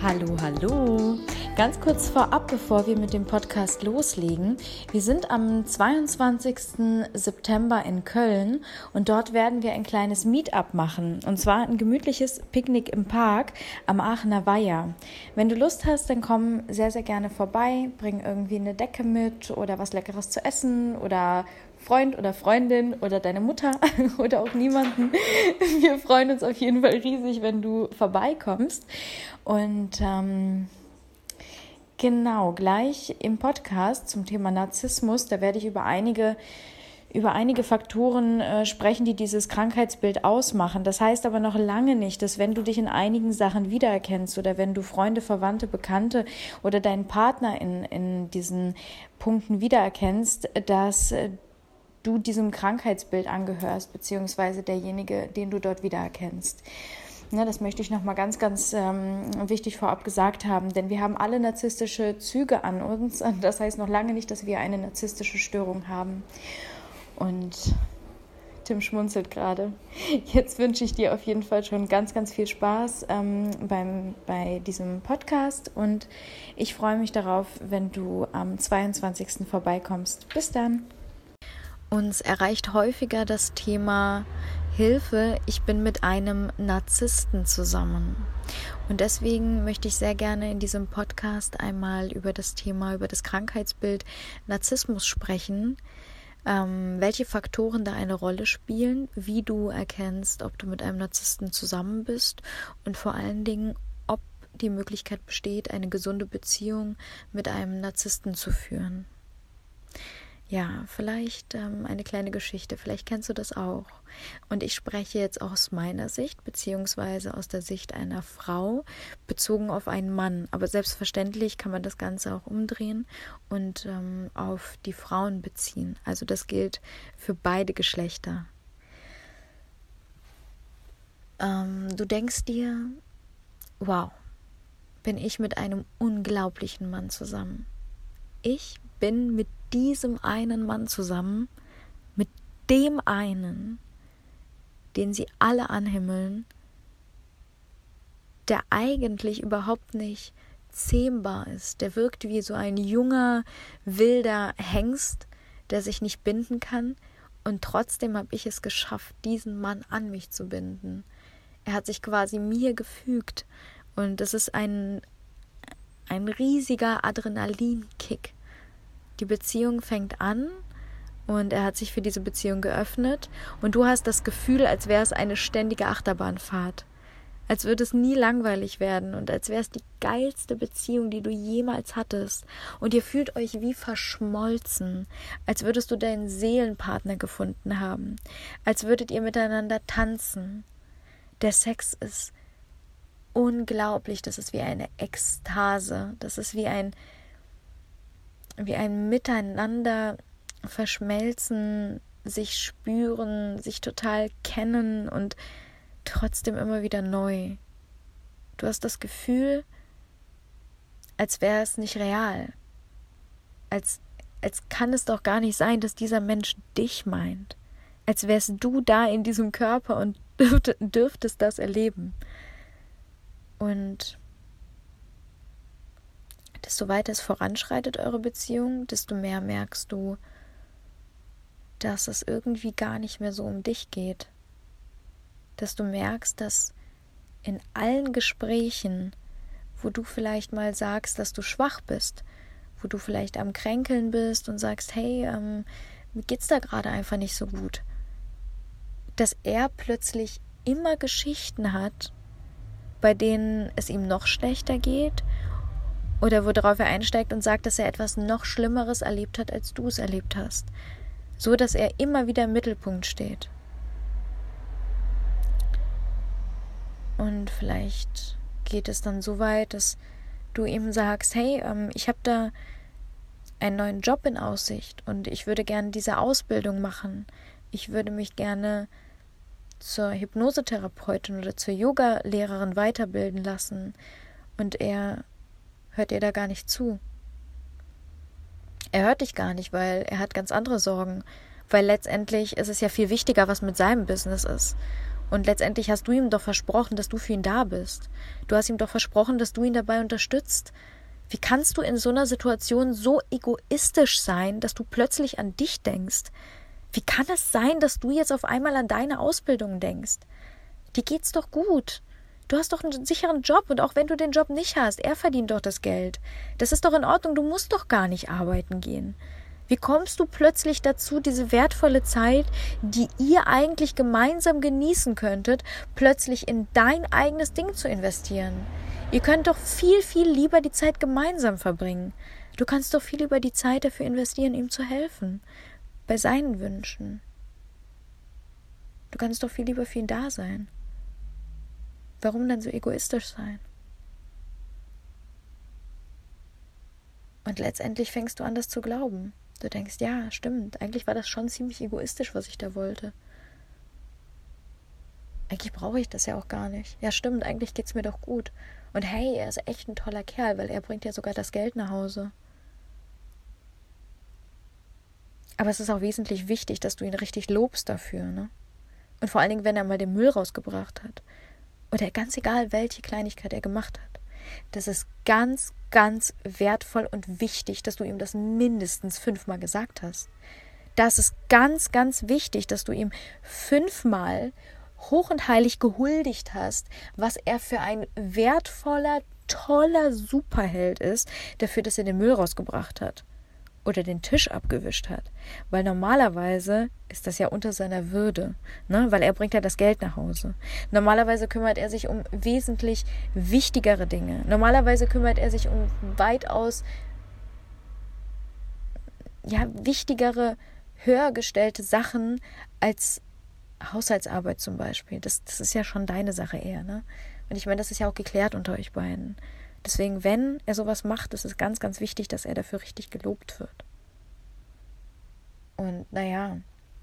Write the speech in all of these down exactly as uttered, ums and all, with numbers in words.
Hallo, hallo. Ganz kurz vorab, bevor wir mit dem Podcast loslegen. Wir sind am zweiundzwanzigsten September in Köln und dort werden wir ein kleines Meetup machen. Und zwar ein gemütliches Picknick im Park am Aachener Weiher. Wenn du Lust hast, dann komm sehr, sehr gerne vorbei. Bring irgendwie eine Decke mit oder was Leckeres zu essen oder Freund oder Freundin oder deine Mutter oder auch niemanden. Wir freuen uns auf jeden Fall riesig, wenn du vorbeikommst. Und ähm, genau, gleich im Podcast zum Thema Narzissmus, da werde ich über einige, über einige Faktoren äh, sprechen, die dieses Krankheitsbild ausmachen. Das heißt aber noch lange nicht, dass wenn du dich in einigen Sachen wiedererkennst oder wenn du Freunde, Verwandte, Bekannte oder deinen Partner in, in diesen Punkten wiedererkennst, dass äh, du diesem Krankheitsbild angehörst, beziehungsweise derjenige, den du dort wiedererkennst. Ja, das möchte ich nochmal ganz, ganz ähm, wichtig vorab gesagt haben, denn wir haben alle narzisstische Züge an uns. Und das heißt noch lange nicht, dass wir eine narzisstische Störung haben. Und Tim schmunzelt gerade. Jetzt wünsche ich dir auf jeden Fall schon ganz, ganz viel Spaß ähm, beim, bei diesem Podcast. Und ich freue mich darauf, wenn du am zweiundzwanzigsten vorbeikommst. Bis dann. Uns erreicht häufiger das Thema Hilfe, ich bin mit einem Narzissten zusammen. Und deswegen möchte ich sehr gerne in diesem Podcast einmal über das Thema, über das Krankheitsbild Narzissmus sprechen, ähm, welche Faktoren da eine Rolle spielen, wie du erkennst, ob du mit einem Narzissten zusammen bist und vor allen Dingen, ob die Möglichkeit besteht, eine gesunde Beziehung mit einem Narzissten zu führen. Ja, vielleicht ähm, eine kleine Geschichte, vielleicht kennst du das auch. Und ich spreche jetzt aus meiner Sicht, beziehungsweise aus der Sicht einer Frau, bezogen auf einen Mann. Aber selbstverständlich kann man das Ganze auch umdrehen und ähm, auf die Frauen beziehen. Also das gilt für beide Geschlechter. Ähm, du denkst dir, wow, bin ich mit einem unglaublichen Mann zusammen. Ich bin mit diesem einen Mann zusammen, mit dem einen, den sie alle anhimmeln, der eigentlich überhaupt nicht zähmbar ist. Der wirkt wie so ein junger, wilder Hengst, der sich nicht binden kann. Und trotzdem habe ich es geschafft, diesen Mann an mich zu binden. Er hat sich quasi mir gefügt. Und es ist ein, ein riesiger Adrenalinkick. Die Beziehung fängt an und er hat sich für diese Beziehung geöffnet und du hast das Gefühl, als wäre es eine ständige Achterbahnfahrt, als würde es nie langweilig werden und als wäre es die geilste Beziehung, die du jemals hattest und ihr fühlt euch wie verschmolzen, als würdest du deinen Seelenpartner gefunden haben, als würdet ihr miteinander tanzen. Der Sex ist unglaublich, das ist wie eine Ekstase, das ist wie ein wie ein Miteinander verschmelzen, sich spüren, sich total kennen und trotzdem immer wieder neu. Du hast das Gefühl, als wäre es nicht real. Als, als kann es doch gar nicht sein, dass dieser Mensch dich meint. Als wärst du da in diesem Körper und dürft, dürftest das erleben. Und desto weiter es voranschreitet, eure Beziehung, desto mehr merkst du, dass es irgendwie gar nicht mehr so um dich geht. Dass du merkst, dass in allen Gesprächen, wo du vielleicht mal sagst, dass du schwach bist, wo du vielleicht am Kränkeln bist und sagst, hey, ähm, mir geht's da gerade einfach nicht so gut, dass er plötzlich immer Geschichten hat, bei denen es ihm noch schlechter geht, oder worauf er einsteigt und sagt, dass er etwas noch Schlimmeres erlebt hat, als du es erlebt hast. So, dass er immer wieder im Mittelpunkt steht. Und vielleicht geht es dann so weit, dass du ihm sagst, hey, ähm, ich habe da einen neuen Job in Aussicht und ich würde gerne diese Ausbildung machen. Ich würde mich gerne zur Hypnosetherapeutin oder zur Yoga-Lehrerin weiterbilden lassen. Und er hört dir da gar nicht zu. Er hört dich gar nicht, weil er hat ganz andere Sorgen. Weil letztendlich ist es ja viel wichtiger, was mit seinem Business ist. Und letztendlich hast du ihm doch versprochen, dass du für ihn da bist. Du hast ihm doch versprochen, dass du ihn dabei unterstützt. Wie kannst du in so einer Situation so egoistisch sein, dass du plötzlich an dich denkst? Wie kann es sein, dass du jetzt auf einmal an deine Ausbildung denkst? Dir geht's doch gut. Du hast doch einen sicheren Job und auch wenn du den Job nicht hast, er verdient doch das Geld. Das ist doch in Ordnung, du musst doch gar nicht arbeiten gehen. Wie kommst du plötzlich dazu, diese wertvolle Zeit, die ihr eigentlich gemeinsam genießen könntet, plötzlich in dein eigenes Ding zu investieren? Ihr könnt doch viel, viel lieber die Zeit gemeinsam verbringen. Du kannst doch viel lieber die Zeit dafür investieren, ihm zu helfen, bei seinen Wünschen. Du kannst doch viel lieber für ihn da sein. Warum dann so egoistisch sein? Und letztendlich fängst du an, das zu glauben. Du denkst, ja, stimmt, eigentlich war das schon ziemlich egoistisch, was ich da wollte. Eigentlich brauche ich das ja auch gar nicht. Ja, stimmt, eigentlich geht's mir doch gut. Und hey, er ist echt ein toller Kerl, weil er bringt ja sogar das Geld nach Hause. Aber es ist auch wesentlich wichtig, dass du ihn richtig lobst dafür, ne? Und vor allen Dingen, wenn er mal den Müll rausgebracht hat. Oder ganz egal, welche Kleinigkeit er gemacht hat. Das ist ganz, ganz wertvoll und wichtig, dass du ihm das mindestens fünfmal gesagt hast. Das ist ganz, ganz wichtig, dass du ihm fünfmal hoch und heilig gehuldigt hast, was er für ein wertvoller, toller Superheld ist, dafür, dass er den Müll rausgebracht hat. Oder den Tisch abgewischt hat. Weil normalerweise ist das ja unter seiner Würde, ne? Weil er bringt ja das Geld nach Hause. Normalerweise kümmert er sich um wesentlich wichtigere Dinge. Normalerweise kümmert er sich um weitaus ja, wichtigere, höher gestellte Sachen als Haushaltsarbeit zum Beispiel. Das, das ist ja schon deine Sache eher, ne? Und ich meine, das ist ja auch geklärt unter euch beiden. Deswegen, wenn er sowas macht, ist es ganz, ganz wichtig, dass er dafür richtig gelobt wird. Und naja,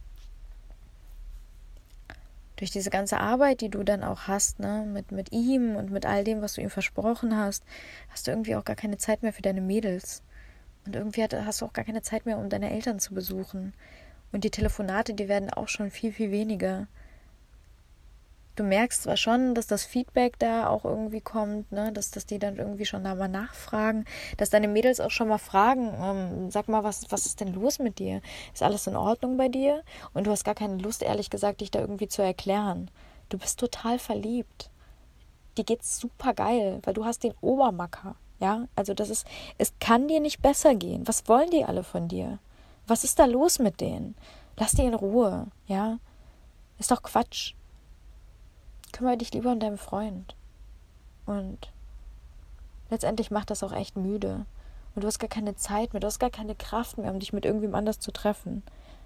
durch diese ganze Arbeit, die du dann auch hast, ne, mit, mit ihm und mit all dem, was du ihm versprochen hast, hast du irgendwie auch gar keine Zeit mehr für deine Mädels. Und irgendwie hast du auch gar keine Zeit mehr, um deine Eltern zu besuchen. Und die Telefonate, die werden auch schon viel, viel weniger. Du merkst zwar schon, dass das Feedback da auch irgendwie kommt, ne, dass, dass die dann irgendwie schon da mal nachfragen, dass deine Mädels auch schon mal fragen, ähm, sag mal, was, was ist denn los mit dir? Ist alles in Ordnung bei dir? Und du hast gar keine Lust, ehrlich gesagt, dich da irgendwie zu erklären. Du bist total verliebt. Dir geht's super geil, weil du hast den Obermacker, ja? Also das ist, es kann dir nicht besser gehen. Was wollen die alle von dir? Was ist da los mit denen? Lass die in Ruhe, ja? Ist doch Quatsch. Kümmere dich lieber um deinen Freund. Und letztendlich macht das auch echt müde. Und du hast gar keine Zeit mehr, du hast gar keine Kraft mehr, um dich mit irgendwem anders zu treffen.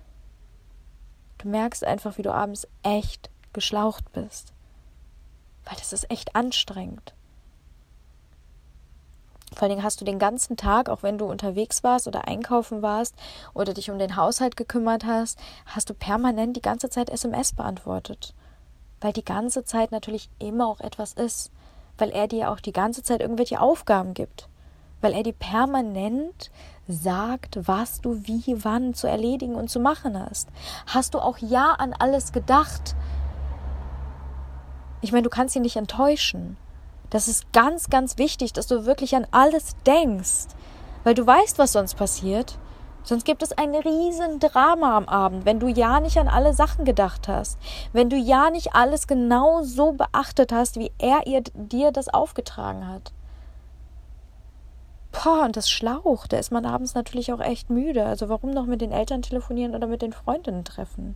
Du merkst einfach, wie du abends echt geschlaucht bist. Weil das ist echt anstrengend. Vor allen Dingen hast du den ganzen Tag, auch wenn du unterwegs warst oder einkaufen warst oder dich um den Haushalt gekümmert hast, hast du permanent die ganze Zeit S M S beantwortet. Weil die ganze Zeit natürlich immer auch etwas ist. Weil er dir auch die ganze Zeit irgendwelche Aufgaben gibt. Weil er dir permanent sagt, was du wie, wann zu erledigen und zu machen hast. Hast du auch ja an alles gedacht? Ich meine, du kannst ihn nicht enttäuschen. Das ist ganz, ganz wichtig, dass du wirklich an alles denkst. Weil du weißt, was sonst passiert. Sonst gibt es ein riesen Drama am Abend, wenn du ja nicht an alle Sachen gedacht hast. Wenn du ja nicht alles genau so beachtet hast, wie er ihr, dir das aufgetragen hat. Boah, und das schlaucht. Da ist man abends natürlich auch echt müde. Also warum noch mit den Eltern telefonieren oder mit den Freundinnen treffen?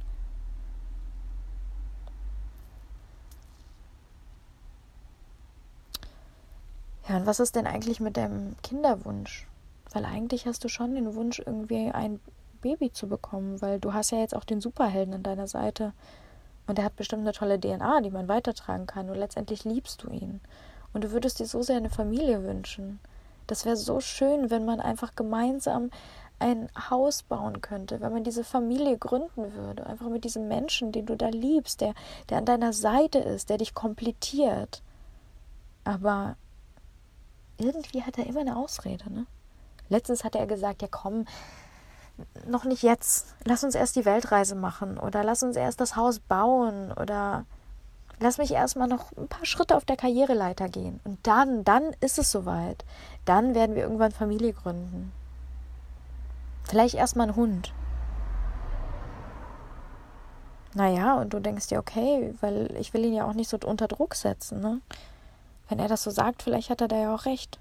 Ja, und was ist denn eigentlich mit deinem Kinderwunsch? Weil eigentlich hast du schon den Wunsch, irgendwie ein Baby zu bekommen, weil du hast ja jetzt auch den Superhelden an deiner Seite. Und er hat bestimmt eine tolle D N A, die man weitertragen kann. Und letztendlich liebst du ihn. Und du würdest dir so sehr eine Familie wünschen. Das wäre so schön, wenn man einfach gemeinsam ein Haus bauen könnte, wenn man diese Familie gründen würde. Einfach mit diesem Menschen, den du da liebst, der, der an deiner Seite ist, der dich komplettiert. Aber irgendwie hat er immer eine Ausrede, ne? Letztens hat er gesagt, ja komm, noch nicht jetzt. Lass uns erst die Weltreise machen oder lass uns erst das Haus bauen oder lass mich erstmal noch ein paar Schritte auf der Karriereleiter gehen. Und dann, dann ist es soweit. Dann werden wir irgendwann Familie gründen. Vielleicht erstmal einen Hund. Naja, und du denkst dir, okay, weil ich will ihn ja auch nicht so unter Druck setzen, ne? Wenn er das so sagt, vielleicht hat er da ja auch recht.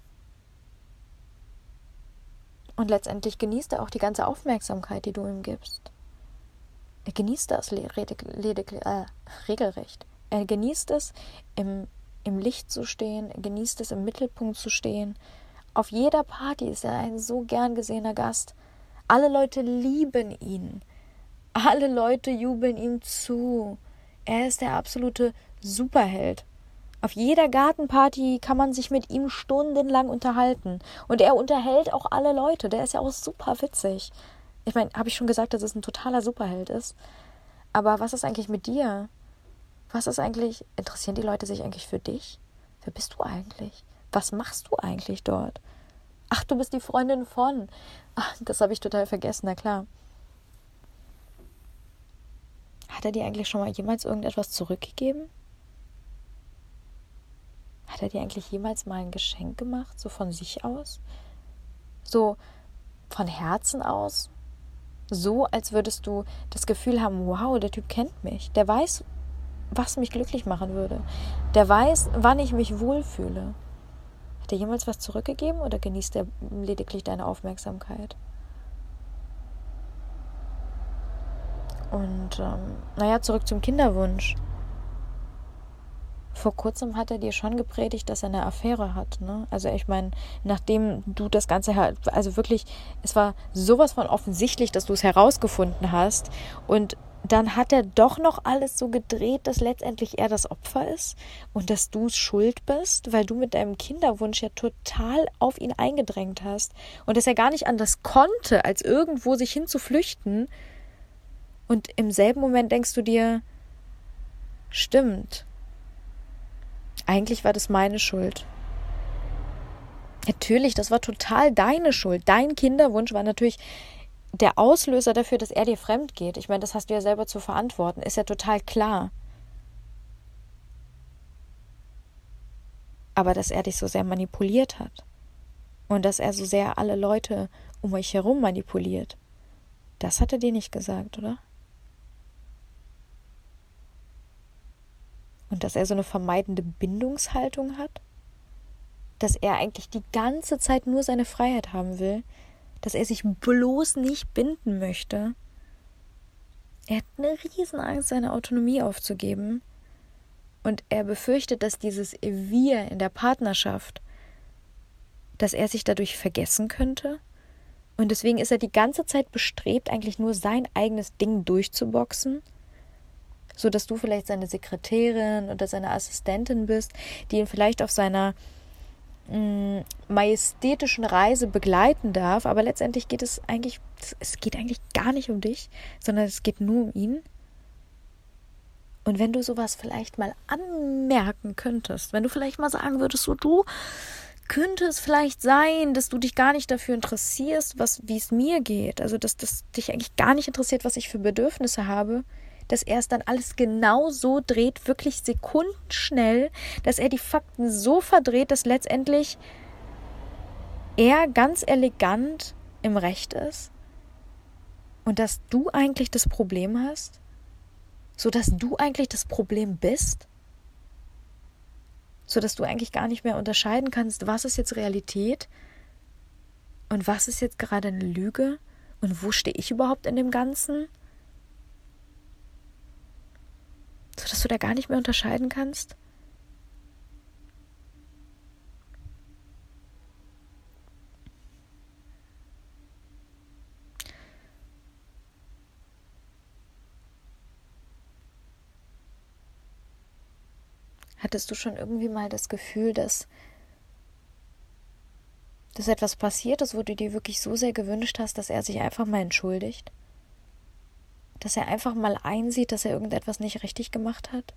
Und letztendlich genießt er auch die ganze Aufmerksamkeit, die du ihm gibst. Er genießt das ledig, ledig, äh, regelrecht. Er genießt es, im, im Licht zu stehen. Er genießt es, im Mittelpunkt zu stehen. Auf jeder Party ist er ein so gern gesehener Gast. Alle Leute lieben ihn. Alle Leute jubeln ihm zu. Er ist der absolute Superheld. Auf jeder Gartenparty kann man sich mit ihm stundenlang unterhalten. Und er unterhält auch alle Leute. Der ist ja auch super witzig. Ich meine, habe ich schon gesagt, dass es ein totaler Superheld ist? Aber was ist eigentlich mit dir? Was ist eigentlich, interessieren die Leute sich eigentlich für dich? Wer bist du eigentlich? Was machst du eigentlich dort? Ach, du bist die Freundin von. Ach, das habe ich total vergessen, na klar. Hat er dir eigentlich schon mal jemals irgendetwas zurückgegeben? Hat er dir eigentlich jemals mal ein Geschenk gemacht, so von sich aus? So von Herzen aus? So, als würdest du das Gefühl haben, wow, der Typ kennt mich. Der weiß, was mich glücklich machen würde. Der weiß, wann ich mich wohlfühle. Hat er jemals was zurückgegeben oder genießt er lediglich deine Aufmerksamkeit? Und ähm, naja, zurück zum Kinderwunsch. Vor kurzem hat er dir schon gepredigt, dass er eine Affäre hat, ne? Also ich meine, nachdem du das Ganze, also wirklich, es war sowas von offensichtlich, dass du es herausgefunden hast und dann hat er doch noch alles so gedreht, dass letztendlich er das Opfer ist und dass du schuld bist, weil du mit deinem Kinderwunsch ja total auf ihn eingedrängt hast und dass er gar nicht anders konnte, als irgendwo sich hin zu flüchten. Und im selben Moment denkst du dir, stimmt, eigentlich war das meine Schuld. Natürlich, das war total deine Schuld. Dein Kinderwunsch war natürlich der Auslöser dafür, dass er dir fremd geht. Ich meine, das hast du ja selber zu verantworten. Ist ja total klar. Aber dass er dich so sehr manipuliert hat und dass er so sehr alle Leute um euch herum manipuliert, das hat er dir nicht gesagt, oder? Und dass er so eine vermeidende Bindungshaltung hat, dass er eigentlich die ganze Zeit nur seine Freiheit haben will, dass er sich bloß nicht binden möchte. Er hat eine Riesenangst, seine Autonomie aufzugeben und er befürchtet, dass dieses Wir in der Partnerschaft, dass er sich dadurch vergessen könnte und deswegen ist er die ganze Zeit bestrebt, eigentlich nur sein eigenes Ding durchzuboxen, so dass du vielleicht seine Sekretärin oder seine Assistentin bist, die ihn vielleicht auf seiner mh, majestätischen Reise begleiten darf, aber letztendlich geht es eigentlich, es geht eigentlich gar nicht um dich, sondern es geht nur um ihn. Und wenn du sowas vielleicht mal anmerken könntest, wenn du vielleicht mal sagen würdest, so du, könnte es vielleicht sein, dass du dich gar nicht dafür interessierst, was, wie es mir geht, also dass das dich eigentlich gar nicht interessiert, was ich für Bedürfnisse habe, dass er es dann alles genau so dreht, wirklich sekundenschnell, dass er die Fakten so verdreht, dass letztendlich er ganz elegant im Recht ist und dass du eigentlich das Problem hast, so dass du eigentlich das Problem bist, so dass du eigentlich gar nicht mehr unterscheiden kannst, was ist jetzt Realität und was ist jetzt gerade eine Lüge und wo stehe ich überhaupt in dem Ganzen? So dass du da gar nicht mehr unterscheiden kannst? Hattest du schon irgendwie mal das Gefühl, dass, dass etwas passiert ist, wo du dir wirklich so sehr gewünscht hast, dass er sich einfach mal entschuldigt? Dass er einfach mal einsieht, dass er irgendetwas nicht richtig gemacht hat?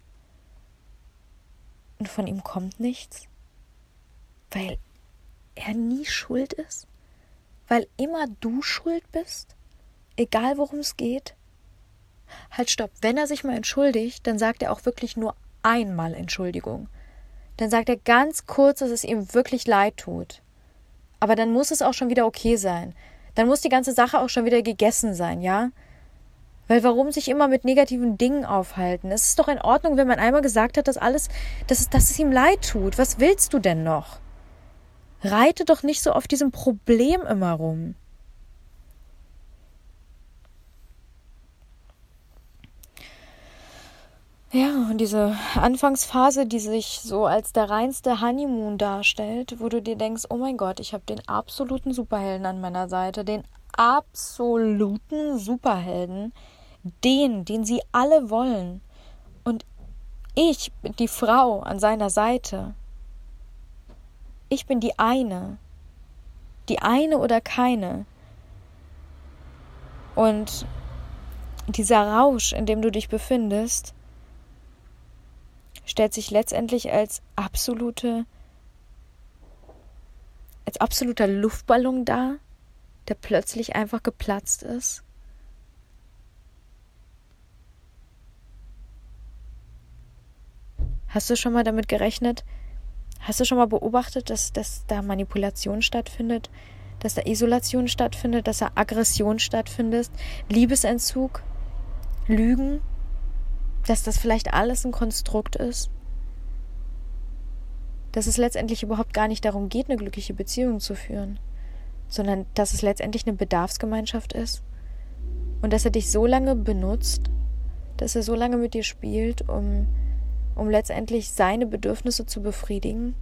Und von ihm kommt nichts? Weil er nie schuld ist? Weil immer du schuld bist? Egal worum es geht? Halt, stopp. Wenn er sich mal entschuldigt, dann sagt er auch wirklich nur einmal Entschuldigung. Dann sagt er ganz kurz, dass es ihm wirklich leid tut. Aber dann muss es auch schon wieder okay sein. Dann muss die ganze Sache auch schon wieder gegessen sein, ja? Weil warum sich immer mit negativen Dingen aufhalten? Es ist doch in Ordnung, wenn man einmal gesagt hat, dass alles, dass es, dass es ihm leid tut. Was willst du denn noch? Reite doch nicht so auf diesem Problem immer rum. Ja, und diese Anfangsphase, die sich so als der reinste Honeymoon darstellt, wo du dir denkst, oh mein Gott, ich habe den absoluten Superhelden an meiner Seite, den absoluten Superhelden, den, den sie alle wollen. Und ich bin die Frau an seiner Seite. Ich bin die eine. Die eine oder keine. Und dieser Rausch, in dem du dich befindest, stellt sich letztendlich als absolute, als absoluter Luftballon dar, der plötzlich einfach geplatzt ist. Hast du schon mal damit gerechnet? Hast du schon mal beobachtet, dass, dass da Manipulation stattfindet, dass da Isolation stattfindet, dass da Aggression stattfindet, Liebesentzug, Lügen? Dass das vielleicht alles ein Konstrukt ist, dass es letztendlich überhaupt gar nicht darum geht, eine glückliche Beziehung zu führen, sondern dass es letztendlich eine Bedarfsgemeinschaft ist und dass er dich so lange benutzt, dass er so lange mit dir spielt, um, um letztendlich seine Bedürfnisse zu befriedigen,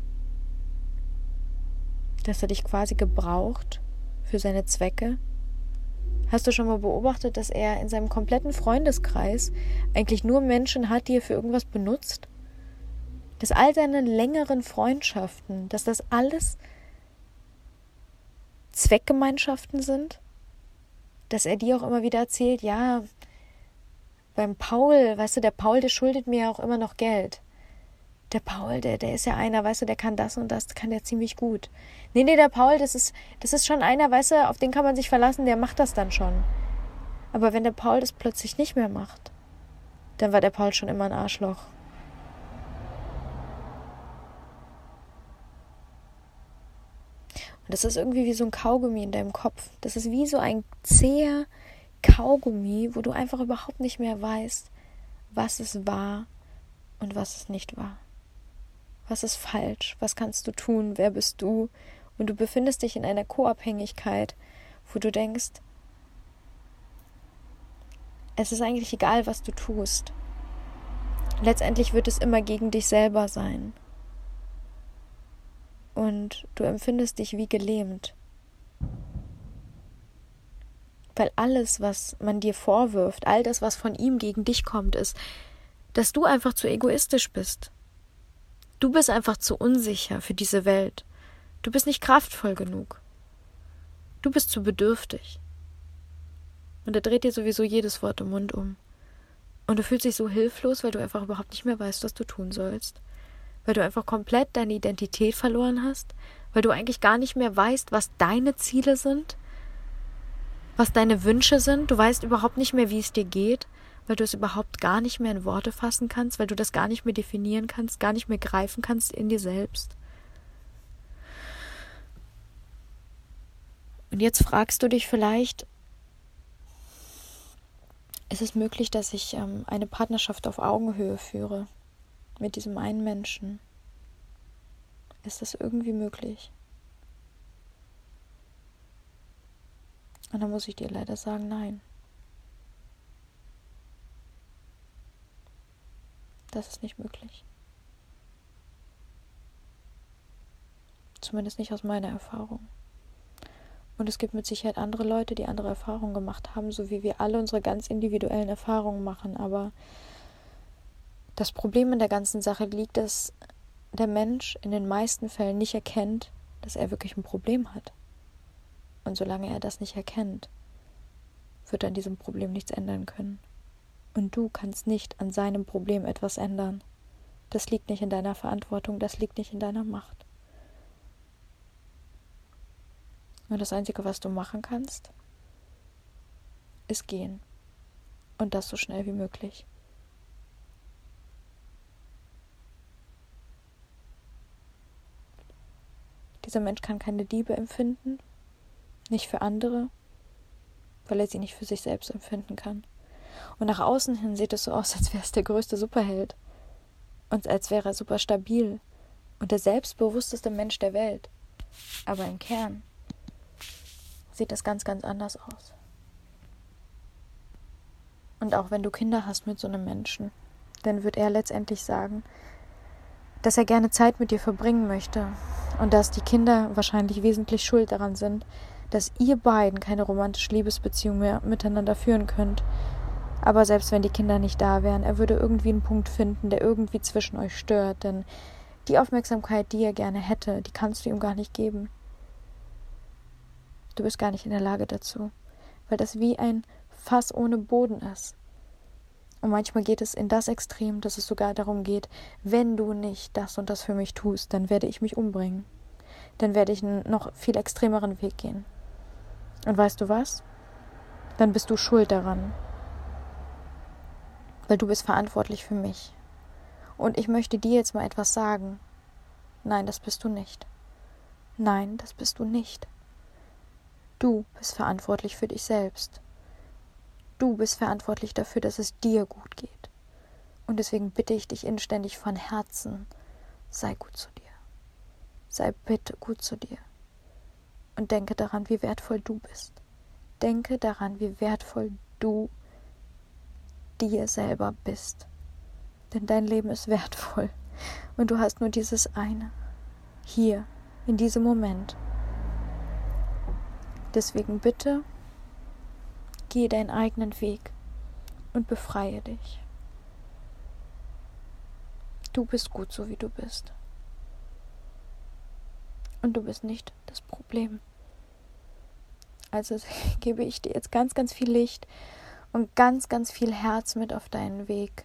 dass er dich quasi gebraucht für seine Zwecke. Hast du schon mal beobachtet, dass er in seinem kompletten Freundeskreis eigentlich nur Menschen hat, die er für irgendwas benutzt? Dass all seine längeren Freundschaften, dass das alles Zweckgemeinschaften sind? Dass er dir auch immer wieder erzählt, ja, beim Paul, weißt du, der Paul, der schuldet mir ja auch immer noch Geld. Der Paul, der, der ist ja einer, weißt du, der kann das und das, kann der ziemlich gut. Nee, nee, der Paul, das ist, das ist schon einer, weißt du, auf den kann man sich verlassen, der macht das dann schon. Aber wenn der Paul das plötzlich nicht mehr macht, dann war der Paul schon immer ein Arschloch. Und das ist irgendwie wie so ein Kaugummi in deinem Kopf. Das ist wie so ein zäher Kaugummi, wo du einfach überhaupt nicht mehr weißt, was es war und was es nicht war. Was ist falsch? Was kannst du tun? Wer bist du? Und du befindest dich in einer Co-Abhängigkeit, wo du denkst, es ist eigentlich egal, was du tust. Letztendlich wird es immer gegen dich selber sein. Und du empfindest dich wie gelähmt. Weil alles, was man dir vorwirft, all das, was von ihm gegen dich kommt, ist, dass du einfach zu egoistisch bist. Du bist einfach zu unsicher für diese Welt. Du bist nicht kraftvoll genug. Du bist zu bedürftig. Und er dreht dir sowieso jedes Wort im Mund um. Und du fühlst dich so hilflos, weil du einfach überhaupt nicht mehr weißt, was du tun sollst. Weil du einfach komplett deine Identität verloren hast. Weil du eigentlich gar nicht mehr weißt, was deine Ziele sind. Was deine Wünsche sind. Du weißt überhaupt nicht mehr, wie es dir geht. Weil du es überhaupt gar nicht mehr in Worte fassen kannst, weil du das gar nicht mehr definieren kannst, gar nicht mehr greifen kannst in dir selbst. Und jetzt fragst du dich vielleicht, ist es möglich, dass ich ähm, eine Partnerschaft auf Augenhöhe führe mit diesem einen Menschen? Ist das irgendwie möglich? Und da muss ich dir leider sagen, nein. Das ist nicht möglich. Zumindest nicht aus meiner Erfahrung. Und es gibt mit Sicherheit andere Leute, die andere Erfahrungen gemacht haben, so wie wir alle unsere ganz individuellen Erfahrungen machen. Aber das Problem in der ganzen Sache liegt, dass der Mensch in den meisten Fällen nicht erkennt, dass er wirklich ein Problem hat. Und solange er das nicht erkennt, wird er an diesem Problem nichts ändern können. Und du kannst nicht an seinem Problem etwas ändern. Das liegt nicht in deiner Verantwortung, das liegt nicht in deiner Macht. Und das Einzige, was du machen kannst, ist gehen. Und das so schnell wie möglich. Dieser Mensch kann keine Liebe empfinden, nicht für andere, weil er sie nicht für sich selbst empfinden kann. Und nach außen hin sieht es so aus, als wäre es der größte Superheld und als wäre er super stabil und der selbstbewussteste Mensch der Welt. Aber im Kern sieht das ganz, ganz anders aus. Und auch wenn du Kinder hast mit so einem Menschen, dann wird er letztendlich sagen, dass er gerne Zeit mit dir verbringen möchte und dass die Kinder wahrscheinlich wesentlich schuld daran sind, dass ihr beiden keine romantische Liebesbeziehung mehr miteinander führen könnt. Aber selbst wenn die Kinder nicht da wären, er würde irgendwie einen Punkt finden, der irgendwie zwischen euch stört, denn die Aufmerksamkeit, die er gerne hätte, die kannst du ihm gar nicht geben. Du bist gar nicht in der Lage dazu, weil das wie ein Fass ohne Boden ist. Und manchmal geht es in das Extrem, dass es sogar darum geht, wenn du nicht das und das für mich tust, dann werde ich mich umbringen. Dann werde ich einen noch viel extremeren Weg gehen. Und weißt du was? Dann bist du schuld daran. Weil du bist verantwortlich für mich. Und ich möchte dir jetzt mal etwas sagen. Nein, das bist du nicht. Nein, das bist du nicht. Du bist verantwortlich für dich selbst. Du bist verantwortlich dafür, dass es dir gut geht. Und deswegen bitte ich dich inständig von Herzen, sei gut zu dir. Sei bitte gut zu dir. Und denke daran, wie wertvoll du bist. Denke daran, wie wertvoll du dir selber bist. Denn dein Leben ist wertvoll. Und du hast nur dieses eine. Hier, in diesem Moment. Deswegen bitte, geh deinen eigenen Weg und befreie dich. Du bist gut, so wie du bist. Und du bist nicht das Problem. Also gebe ich dir jetzt ganz, ganz viel Licht und ganz, ganz viel Herz mit auf deinen Weg.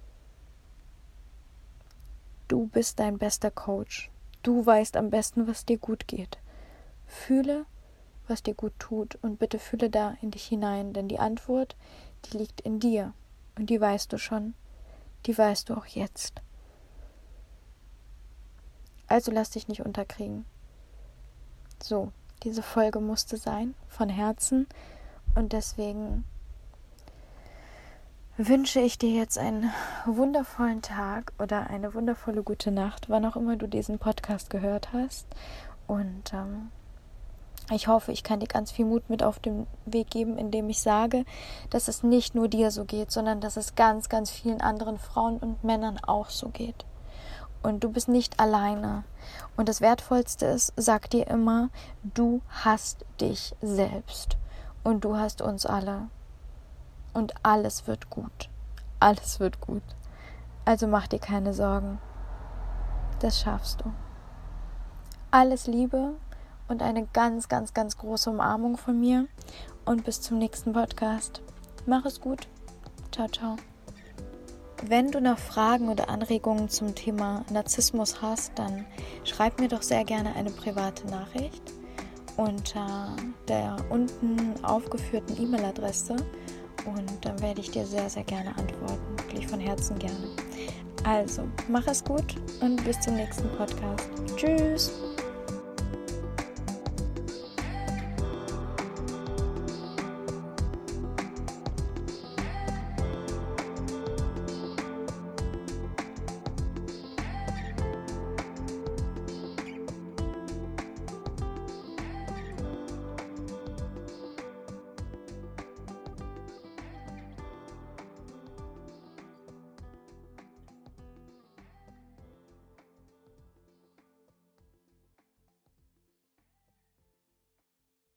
Du bist dein bester Coach. Du weißt am besten, was dir gut geht. Fühle, was dir gut tut und bitte fühle da in dich hinein, denn die Antwort, die liegt in dir und die weißt du schon, die weißt du auch jetzt. Also lass dich nicht unterkriegen. So, diese Folge musste sein, von Herzen, und deswegen wünsche ich dir jetzt einen wundervollen Tag oder eine wundervolle gute Nacht, wann auch immer du diesen Podcast gehört hast, und ähm, ich hoffe, ich kann dir ganz viel Mut mit auf den Weg geben, indem ich sage, dass es nicht nur dir so geht, sondern dass es ganz, ganz vielen anderen Frauen und Männern auch so geht. Und du bist nicht alleine. Und das Wertvollste ist, sag dir immer, du hast dich selbst. Und du hast uns alle. Und alles wird gut. Alles wird gut. Also mach dir keine Sorgen. Das schaffst du. Alles Liebe. Und eine ganz, ganz, ganz große Umarmung von mir. Und bis zum nächsten Podcast. Mach es gut. Ciao, ciao. Wenn du noch Fragen oder Anregungen zum Thema Narzissmus hast, dann schreib mir doch sehr gerne eine private Nachricht unter der unten aufgeführten E-Mail-Adresse. Und dann werde ich dir sehr, sehr gerne antworten. Wirklich von Herzen gerne. Also, mach es gut und bis zum nächsten Podcast. Tschüss!